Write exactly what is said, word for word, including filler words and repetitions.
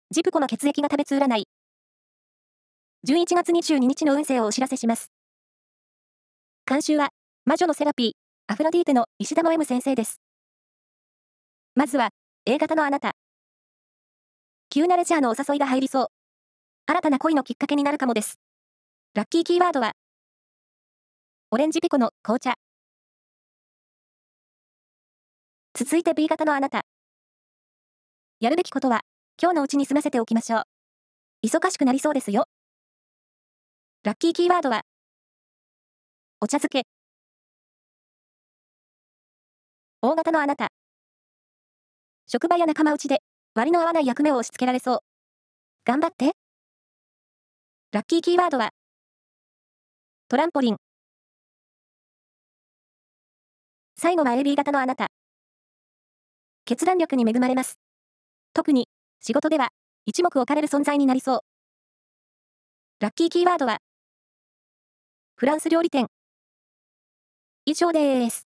ジプコの血液が食べつ占い。じゅういちがつにじゅうににちの運勢をお知らせします。監修は、魔女のセラピー、アフロディーテの石田も M 先生です。まずは、A 型のあなた。急なレジャーのお誘いが入りそう。新たな恋のきっかけになるかもです。ラッキーキーワードは、オレンジピコの紅茶。続いて B 型のあなた。やるべきことは、今日のうちに済ませておきましょう。忙しくなりそうですよ。ラッキーキーワードは、お茶漬け。O 型のあなた。職場や仲間内で、割の合わない役目を押し付けられそう。頑張って。ラッキーキーワードは、トランポリン。最後は エービー 型のあなた。決断力に恵まれます。特に、仕事では、一目置かれる存在になりそう。ラッキーキーワードは、フランス料理店。以上です。